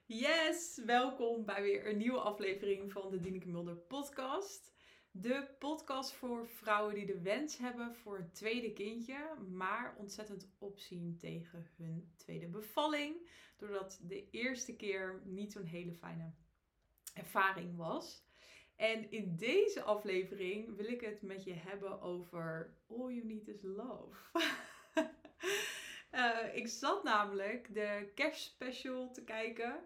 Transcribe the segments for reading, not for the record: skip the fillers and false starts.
Yes, welkom bij weer een nieuwe aflevering van de Dineke Mulder podcast. De podcast voor vrouwen die de wens hebben voor een tweede kindje, maar ontzettend opzien tegen hun tweede bevalling, doordat de eerste keer niet zo'n hele fijne ervaring was. En in deze aflevering wil ik het met je hebben over All You Need Is Love. Ik zat namelijk de kerstspecial te kijken.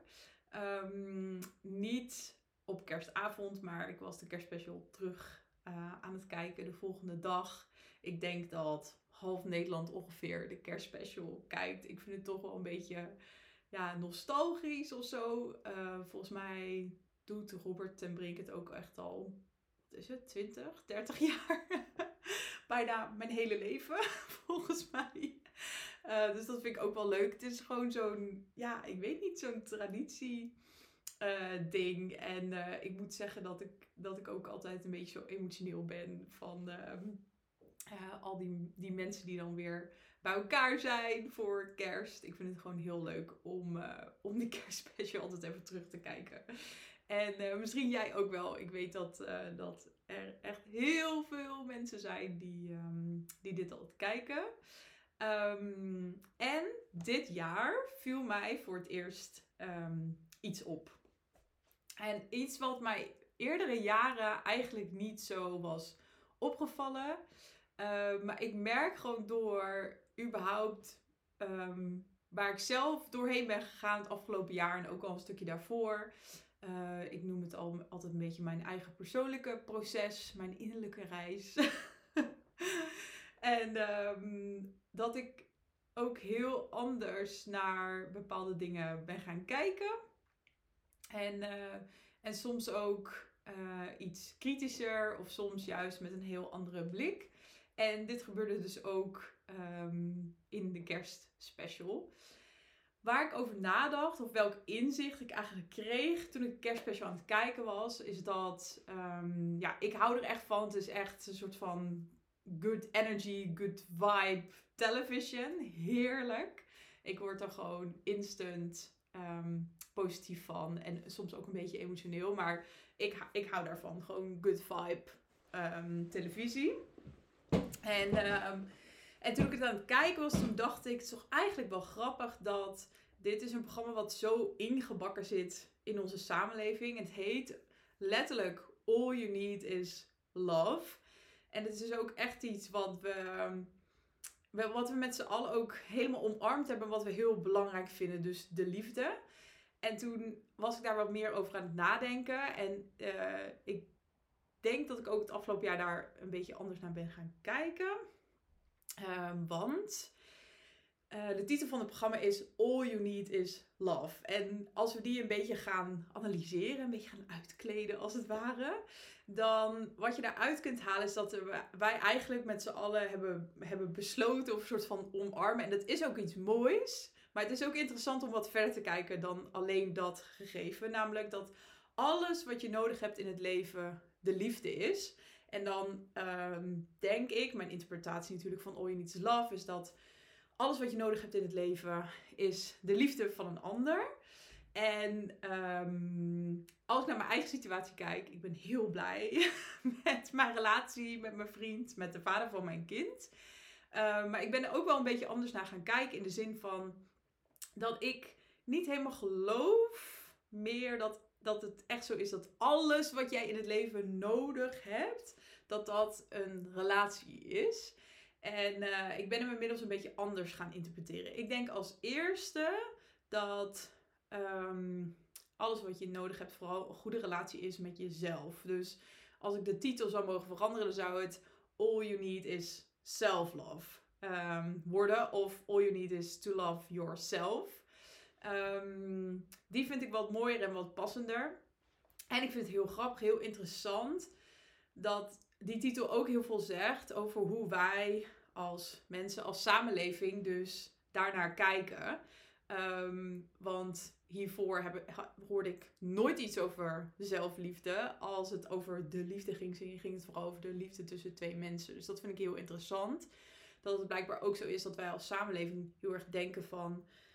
Niet op kerstavond, maar ik was de kerstspecial terug aan het kijken de volgende dag. Ik denk dat half Nederland ongeveer de kerstspecial kijkt. Ik vind het toch wel een beetje nostalgisch of zo. Volgens mij doet Robert ten Brink het ook echt al, wat is het, 20, 30 jaar? Bijna mijn hele leven, volgens mij. Dus dat vind ik ook wel leuk. Het is gewoon zo'n, ik weet niet, zo'n traditie ding. En ik moet zeggen dat ik ook altijd een beetje zo emotioneel ben van al die mensen die dan weer bij elkaar zijn voor kerst. Ik vind het gewoon heel leuk om die kerstspecial altijd even terug te kijken. En misschien jij ook wel. Ik weet dat er echt heel veel mensen zijn die dit altijd kijken. En dit jaar viel mij voor het eerst iets op. En iets wat mij eerdere jaren eigenlijk niet zo was opgevallen. Maar ik merk gewoon door überhaupt waar ik zelf doorheen ben gegaan het afgelopen jaar en ook al een stukje daarvoor. Ik noem het altijd een beetje mijn eigen persoonlijke proces, mijn innerlijke reis. En dat ik ook heel anders naar bepaalde dingen ben gaan kijken. En soms ook iets kritischer of soms juist met een heel andere blik. En dit gebeurde dus ook in de kerstspecial. Waar ik over nadacht, of welk inzicht ik eigenlijk kreeg toen ik de kerstspecial aan het kijken was, is dat ik hou er echt van. Het is echt een soort van good energy, good vibe television. Heerlijk. Ik word er gewoon instant positief van. En soms ook een beetje emotioneel. Maar ik hou daarvan. Gewoon good vibe televisie. En toen ik het aan het kijken was, toen dacht ik, het is toch eigenlijk wel grappig dat dit is een programma wat zo ingebakken zit in onze samenleving. Het heet letterlijk All You Need Is Love. En het is dus ook echt iets wat we met z'n allen ook helemaal omarmd hebben. Wat we heel belangrijk vinden. Dus de liefde. En toen was ik daar wat meer over aan het nadenken. En ik denk dat ik ook het afgelopen jaar daar een beetje anders naar ben gaan kijken. Want de titel van het programma is All You Need Is Love. En als we die een beetje gaan analyseren, een beetje gaan uitkleden als het ware, dan wat je daaruit kunt halen is dat wij eigenlijk met z'n allen hebben besloten of een soort van omarmen. En dat is ook iets moois, maar het is ook interessant om wat verder te kijken dan alleen dat gegeven. Namelijk dat alles wat je nodig hebt in het leven de liefde is. En dan denk ik, mijn interpretatie natuurlijk van All You Need Is Love, is dat alles wat je nodig hebt in het leven is de liefde van een ander. En als ik naar mijn eigen situatie kijk, ik ben heel blij met mijn relatie, met mijn vriend, met de vader van mijn kind. Maar ik ben er ook wel een beetje anders naar gaan kijken in de zin van dat ik niet helemaal geloof meer dat het echt zo is dat alles wat jij in het leven nodig hebt, dat een relatie is. En ik ben hem inmiddels een beetje anders gaan interpreteren. Ik denk als eerste dat alles wat je nodig hebt vooral een goede relatie is met jezelf. Dus als ik de titel zou mogen veranderen, dan zou het All You Need Is Self-Love worden. Of All You Need Is To Love Yourself. Die vind ik wat mooier en wat passender. En ik vind het heel grappig, heel interessant dat die titel ook heel veel zegt over hoe wij als mensen, als samenleving dus daarnaar kijken. Want hiervoor hoorde ik nooit iets over zelfliefde. Als het over de liefde ging het vooral over de liefde tussen twee mensen. Dus dat vind ik heel interessant. Dat het blijkbaar ook zo is dat wij als samenleving heel erg denken van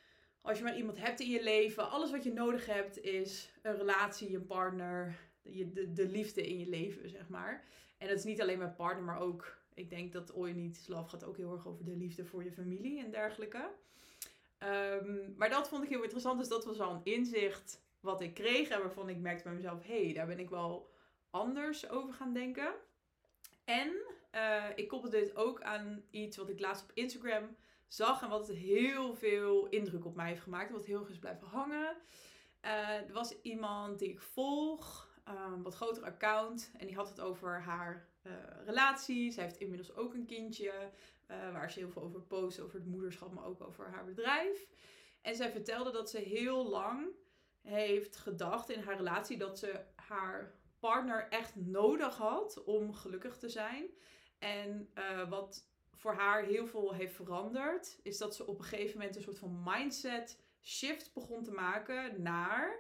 als je maar iemand hebt in je leven, alles wat je nodig hebt is een relatie, een partner, de liefde in je leven, zeg maar. En dat is niet alleen met partner, maar ook, ik denk dat All You Need Is Love gaat ook heel erg over de liefde voor je familie en dergelijke. Maar dat vond ik heel interessant, dus dat was al een inzicht wat ik kreeg en waarvan ik merkte bij mezelf, daar ben ik wel anders over gaan denken. En ik koppelde dit ook aan iets wat ik laatst op Instagram zag en wat heel veel indruk op mij heeft gemaakt. Wat heel erg is blijven hangen. Er was iemand die ik volg, een wat groter account. En die had het over haar relatie. Zij heeft inmiddels ook een kindje. Waar ze heel veel over post, over het moederschap, maar ook over haar bedrijf. En zij vertelde dat ze heel lang heeft gedacht in haar relatie dat ze haar partner echt nodig had om gelukkig te zijn. En wat voor haar heel veel heeft veranderd, is dat ze op een gegeven moment een soort van mindset shift begon te maken naar...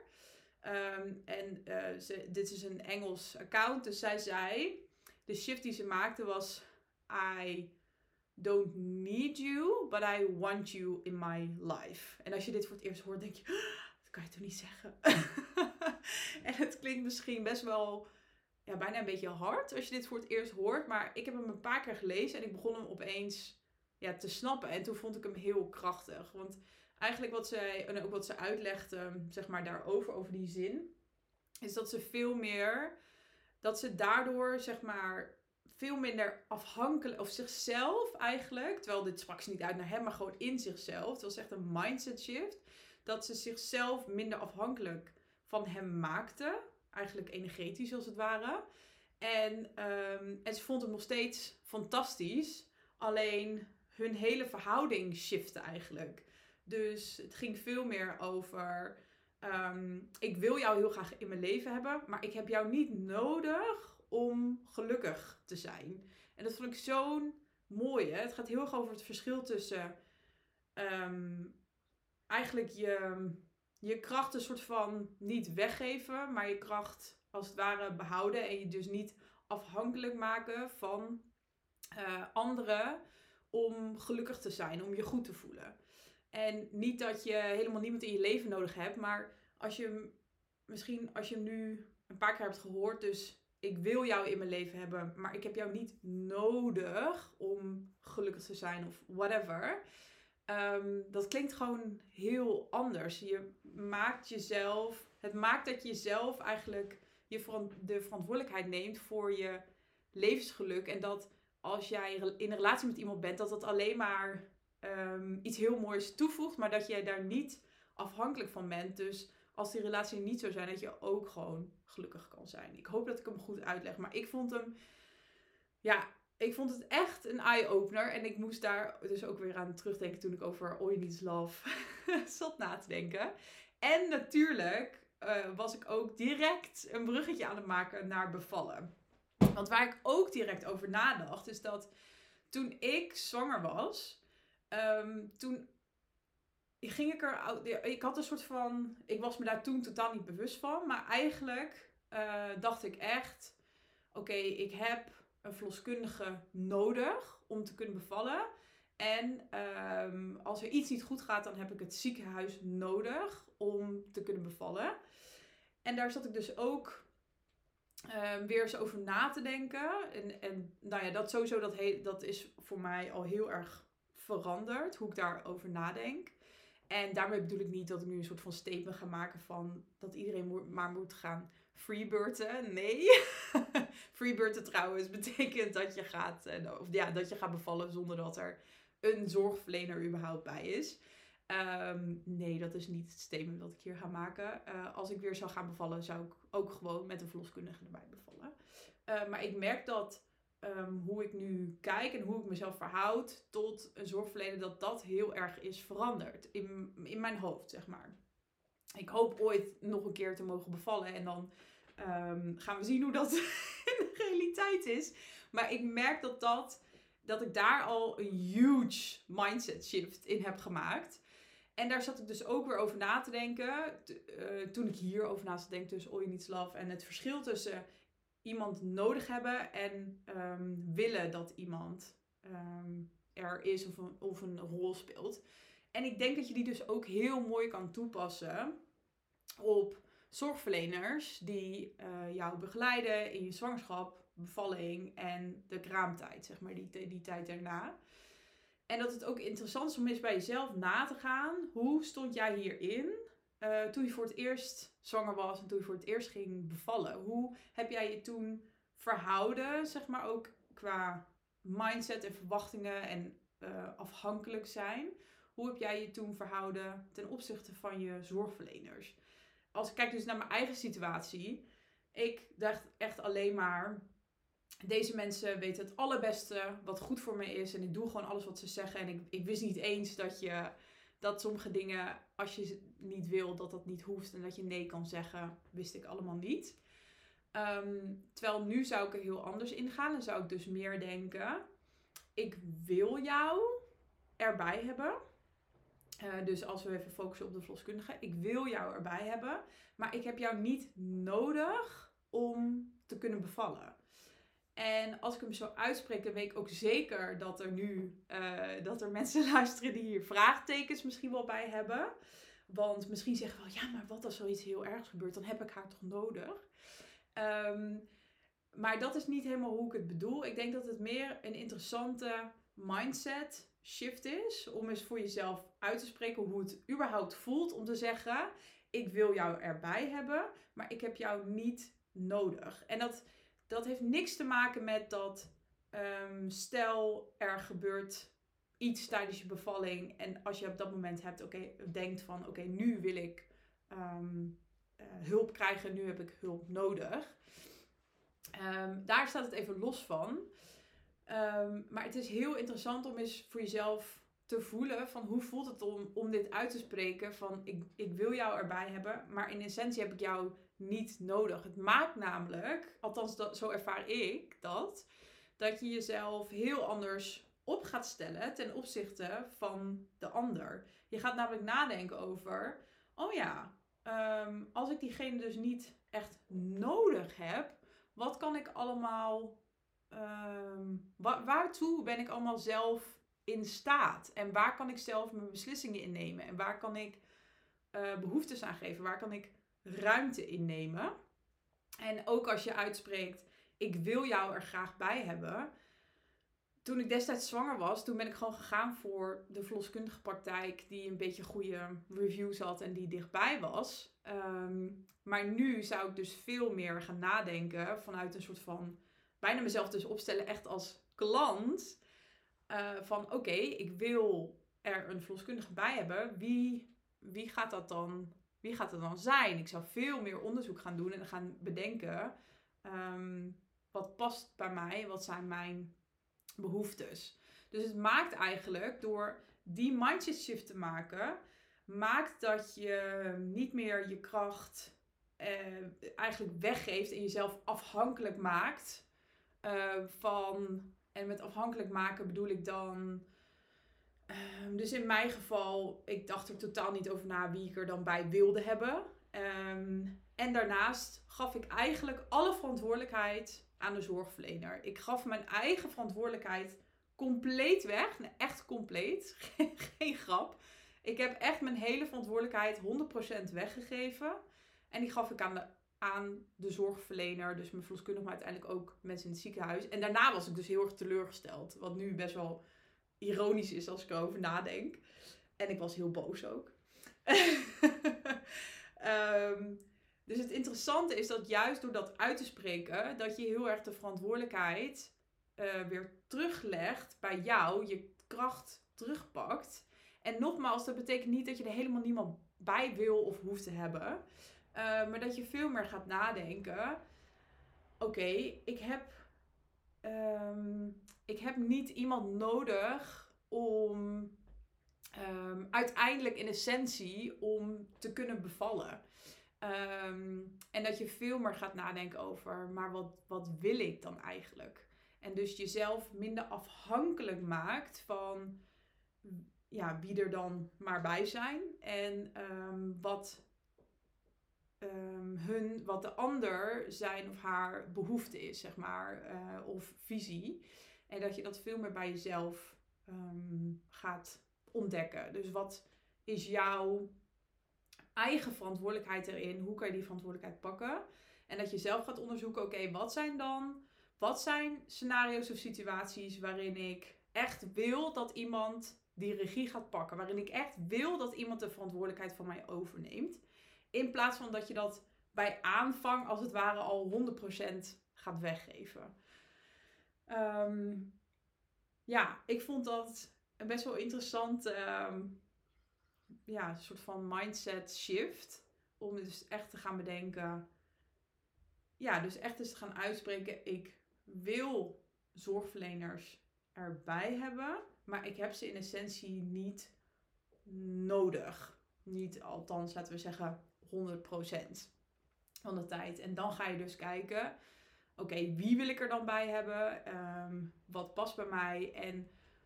dit is een Engels account, dus zij zei... De shift die ze maakte was... I don't need you, but I want you in my life. En als je dit voor het eerst hoort, denk je... Dat kan je toch niet zeggen? En het klinkt misschien best wel... bijna een beetje hard als je dit voor het eerst hoort. Maar ik heb hem een paar keer gelezen en ik begon hem opeens te snappen. En toen vond ik hem heel krachtig. Want eigenlijk wat zij, en ook wat ze uitlegde, zeg maar daarover, over die zin, is dat ze veel meer, dat ze daardoor, zeg maar, veel minder afhankelijk, of zichzelf eigenlijk, terwijl dit sprak ze niet uit naar hem, maar gewoon in zichzelf. Het was echt een mindset shift. Dat ze zichzelf minder afhankelijk van hem maakte. Eigenlijk energetisch als het ware. En ze vond hem nog steeds fantastisch. Alleen hun hele verhouding shifte eigenlijk. Dus het ging veel meer over... ik wil jou heel graag in mijn leven hebben. Maar ik heb jou niet nodig om gelukkig te zijn. En dat vond ik zo'n mooie. Het gaat heel erg over het verschil tussen... eigenlijk je kracht een soort van niet weggeven, maar je kracht als het ware behouden. En je dus niet afhankelijk maken van anderen om gelukkig te zijn, om je goed te voelen. En niet dat je helemaal niemand in je leven nodig hebt, maar als je hem nu een paar keer hebt gehoord, dus ik wil jou in mijn leven hebben, maar ik heb jou niet nodig om gelukkig te zijn of whatever. Dat klinkt gewoon heel anders. Het maakt dat je jezelf eigenlijk de verantwoordelijkheid neemt voor je levensgeluk. En dat als jij in een relatie met iemand bent, dat dat alleen maar iets heel moois toevoegt, maar dat jij daar niet afhankelijk van bent. Dus als die relatie niet zou zijn, dat je ook gewoon gelukkig kan zijn. Ik hoop dat ik hem goed uitleg, maar ik vond het echt een eye-opener. En ik moest daar dus ook weer aan terugdenken toen ik over All You Need Is Love zat na te denken. En natuurlijk was ik ook direct een bruggetje aan het maken naar bevallen. Want waar ik ook direct over nadacht, is dat toen ik zwanger was, toen ging ik had een soort van, ik was me daar toen totaal niet bewust van. Maar eigenlijk dacht ik echt, oké, ik heb een verloskundige nodig om te kunnen bevallen. En als er iets niet goed gaat, dan heb ik het ziekenhuis nodig om te kunnen bevallen. En daar zat ik dus ook weer eens over na te denken. En nou ja, dat sowieso, dat is voor mij al heel erg veranderd, hoe ik daarover nadenk. En daarmee bedoel ik niet dat ik nu een soort van statement ga maken van dat iedereen maar moet gaan freebirthen. Nee. Freebirthen trouwens betekent dat je dat je gaat bevallen zonder dat er een zorgverlener überhaupt bij is. Nee, dat is niet het statement dat ik hier ga maken. Als ik weer zou gaan bevallen, zou ik ook gewoon met een verloskundige erbij bevallen. Maar ik merk dat hoe ik nu kijk en hoe ik mezelf verhoud tot een zorgverlener, dat heel erg is veranderd in mijn hoofd, zeg maar. Ik hoop ooit nog een keer te mogen bevallen en dan gaan we zien hoe dat in de realiteit is. Maar ik merk dat ik daar al een huge mindset shift in heb gemaakt. En daar zat ik dus ook weer over na te denken. Toen ik hierover na te denken, dus All You Need Is Love. En het verschil tussen iemand nodig hebben en willen dat iemand er is of een rol speelt. En ik denk dat je die dus ook heel mooi kan toepassen op zorgverleners die jou begeleiden in je zwangerschap, bevalling en de kraamtijd, zeg maar, die tijd daarna. En dat het ook interessant is om eens bij jezelf na te gaan. Hoe stond jij hierin toen je voor het eerst zwanger was en toen je voor het eerst ging bevallen? Hoe heb jij je toen verhouden, zeg maar, ook qua mindset en verwachtingen en afhankelijk zijn? Hoe heb jij je toen verhouden ten opzichte van je zorgverleners? Als ik kijk dus naar mijn eigen situatie, ik dacht echt alleen maar, deze mensen weten het allerbeste wat goed voor me is. En ik doe gewoon alles wat ze zeggen. En ik wist niet eens dat sommige dingen, als je ze niet wil, dat niet hoeft. En dat je nee kan zeggen, wist ik allemaal niet. Terwijl nu zou ik er heel anders in gaan. Dan zou ik dus meer denken, ik wil jou erbij hebben. Dus als we even focussen op de verloskundige. Ik wil jou erbij hebben. Maar ik heb jou niet nodig om te kunnen bevallen. En als ik hem zo uitspreek, dan weet ik ook zeker dat er nu dat er mensen luisteren die hier vraagtekens misschien wel bij hebben. Want misschien zeggen we wel, ja, maar wat als zoiets heel ergs gebeurt, dan heb ik haar toch nodig. Maar dat is niet helemaal hoe ik het bedoel. Ik denk dat het meer een interessante mindset shift is. Om eens voor jezelf uit te spreken hoe het überhaupt voelt om te zeggen, ik wil jou erbij hebben, maar ik heb jou niet nodig. En dat heeft niks te maken met dat stel er gebeurt iets tijdens je bevalling en als je op dat moment denkt van oké, nu wil ik hulp krijgen, nu heb ik hulp nodig. Daar staat het even los van. Maar het is heel interessant om eens voor jezelf te voelen van hoe voelt het om dit uit te spreken van ik wil jou erbij hebben, maar in essentie heb ik jou niet nodig. Het maakt namelijk, althans zo ervaar ik dat je jezelf heel anders op gaat stellen ten opzichte van de ander. Je gaat namelijk nadenken over, oh ja, als ik diegene dus niet echt nodig heb, wat kan ik allemaal, waartoe ben ik allemaal zelf in staat? En waar kan ik zelf mijn beslissingen innemen? En waar kan ik behoeftes aan geven? Waar kan ik ruimte innemen? En ook als je uitspreekt, ik wil jou er graag bij hebben. Toen ik destijds zwanger was, toen ben ik gewoon gegaan voor de verloskundige praktijk die een beetje goede reviews had en die dichtbij was. Maar nu zou ik dus veel meer gaan nadenken vanuit een soort van, bijna mezelf dus opstellen echt als klant. Van oké, ik wil er een verloskundige bij hebben. Wie gaat dat dan zijn? Ik zou veel meer onderzoek gaan doen en gaan bedenken, wat past bij mij? Wat zijn mijn behoeftes? Dus het maakt eigenlijk, door die mindset shift te maken, maakt dat je niet meer je kracht eigenlijk weggeeft en jezelf afhankelijk maakt van. En met afhankelijk maken bedoel ik dan, dus in mijn geval, ik dacht er totaal niet over na wie ik er dan bij wilde hebben. En daarnaast gaf ik eigenlijk alle verantwoordelijkheid aan de zorgverlener. Ik gaf mijn eigen verantwoordelijkheid compleet weg. Nee, echt compleet. Geen grap. Ik heb echt mijn hele verantwoordelijkheid 100% weggegeven. En die gaf ik aan de zorgverlener. Dus mijn verloskundige, maar uiteindelijk ook mensen in het ziekenhuis. En daarna was ik dus heel erg teleurgesteld. Wat nu best wel ironisch is als ik erover nadenk. En ik was heel boos ook. Dus het interessante is dat juist door dat uit te spreken, dat je heel erg de verantwoordelijkheid weer teruglegt bij jou, je kracht terugpakt. En nogmaals, dat betekent niet dat je er helemaal niemand bij wil of hoeft te hebben. Maar dat je veel meer gaat nadenken. Oké, ik heb niet iemand nodig om uiteindelijk in essentie om te kunnen bevallen. En dat je veel meer gaat nadenken over, maar wat wil ik dan eigenlijk? En dus jezelf minder afhankelijk maakt van wie er dan maar bij zijn. En wat de ander zijn of haar behoefte is, zeg maar. Of visie. En dat je dat veel meer bij jezelf gaat ontdekken. Dus wat is jouw eigen verantwoordelijkheid erin? Hoe kan je die verantwoordelijkheid pakken? En dat je zelf gaat onderzoeken, oké, wat zijn scenario's of situaties waarin ik echt wil dat iemand die regie gaat pakken. Waarin ik echt wil dat iemand de verantwoordelijkheid van mij overneemt. In plaats van dat je dat bij aanvang als het ware al 100% gaat weggeven. Ik vond dat een best wel interessant een soort van mindset shift. Om dus echt te gaan bedenken. Ja, dus echt eens te gaan uitspreken. Ik wil zorgverleners erbij hebben. Maar ik heb ze in essentie niet nodig. Niet, althans, laten we zeggen 100% van de tijd. En dan ga je dus kijken. Oké, wie wil ik er dan bij hebben? Wat past bij mij? En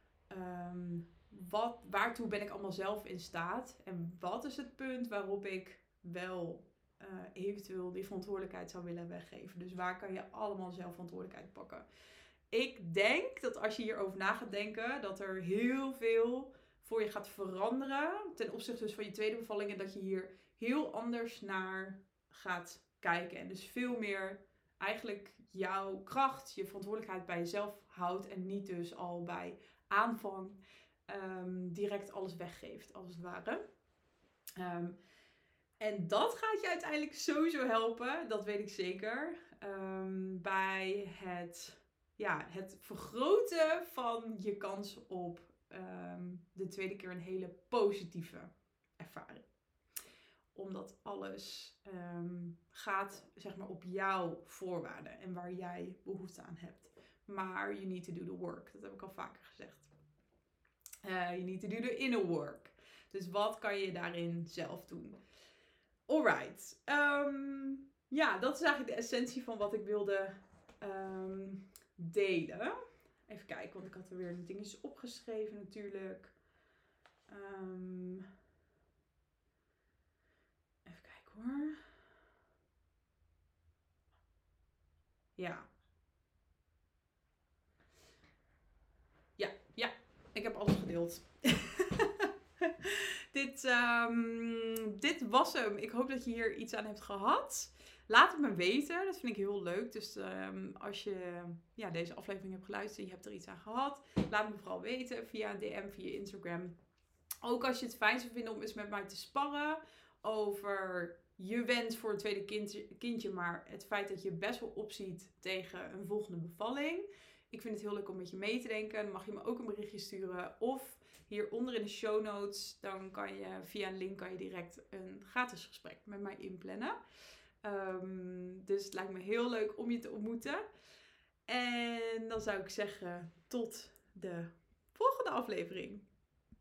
waartoe ben ik allemaal zelf in staat? En wat is het punt waarop ik wel eventueel die verantwoordelijkheid zou willen weggeven? Dus waar kan je allemaal zelf verantwoordelijkheid pakken? Ik denk dat als je hierover na gaat denken, dat er heel veel voor je gaat veranderen. Ten opzichte dus van je tweede bevalling. En dat je hier heel anders naar gaat kijken. En dus veel meer eigenlijk jouw kracht, je verantwoordelijkheid bij jezelf houdt. En niet dus al bij aanvang direct alles weggeeft, als het ware. En dat gaat je uiteindelijk sowieso helpen, dat weet ik zeker. Bij het vergroten van je kans op de tweede keer een hele positieve ervaring. Omdat alles gaat, zeg maar, op jouw voorwaarden en waar jij behoefte aan hebt. Maar you need to do the work. Dat heb ik al vaker gezegd. You need to do the inner work. Dus wat kan je daarin zelf doen? Alright. Dat is eigenlijk de essentie van wat ik wilde delen. Even kijken, want ik had er weer dingetjes opgeschreven natuurlijk. Even kijken hoor. Ja. Ik heb alles gedeeld. Dit was hem. Ik hoop dat je hier iets aan hebt gehad. Laat het me weten. Dat vind ik heel leuk. Dus als je deze aflevering hebt geluisterd en je hebt er iets aan gehad, laat me vooral weten via een DM, via Instagram. Ook als je het fijn zou vinden om eens met mij te sparren over je wens voor een tweede kindje, maar het feit dat je best wel opziet tegen een volgende bevalling. Ik vind het heel leuk om met je mee te denken. Dan mag je me ook een berichtje sturen. Of hieronder in de show notes, dan kan je via een link direct een gratis gesprek met mij inplannen. Dus het lijkt me heel leuk om je te ontmoeten. En dan zou ik zeggen, tot de volgende aflevering.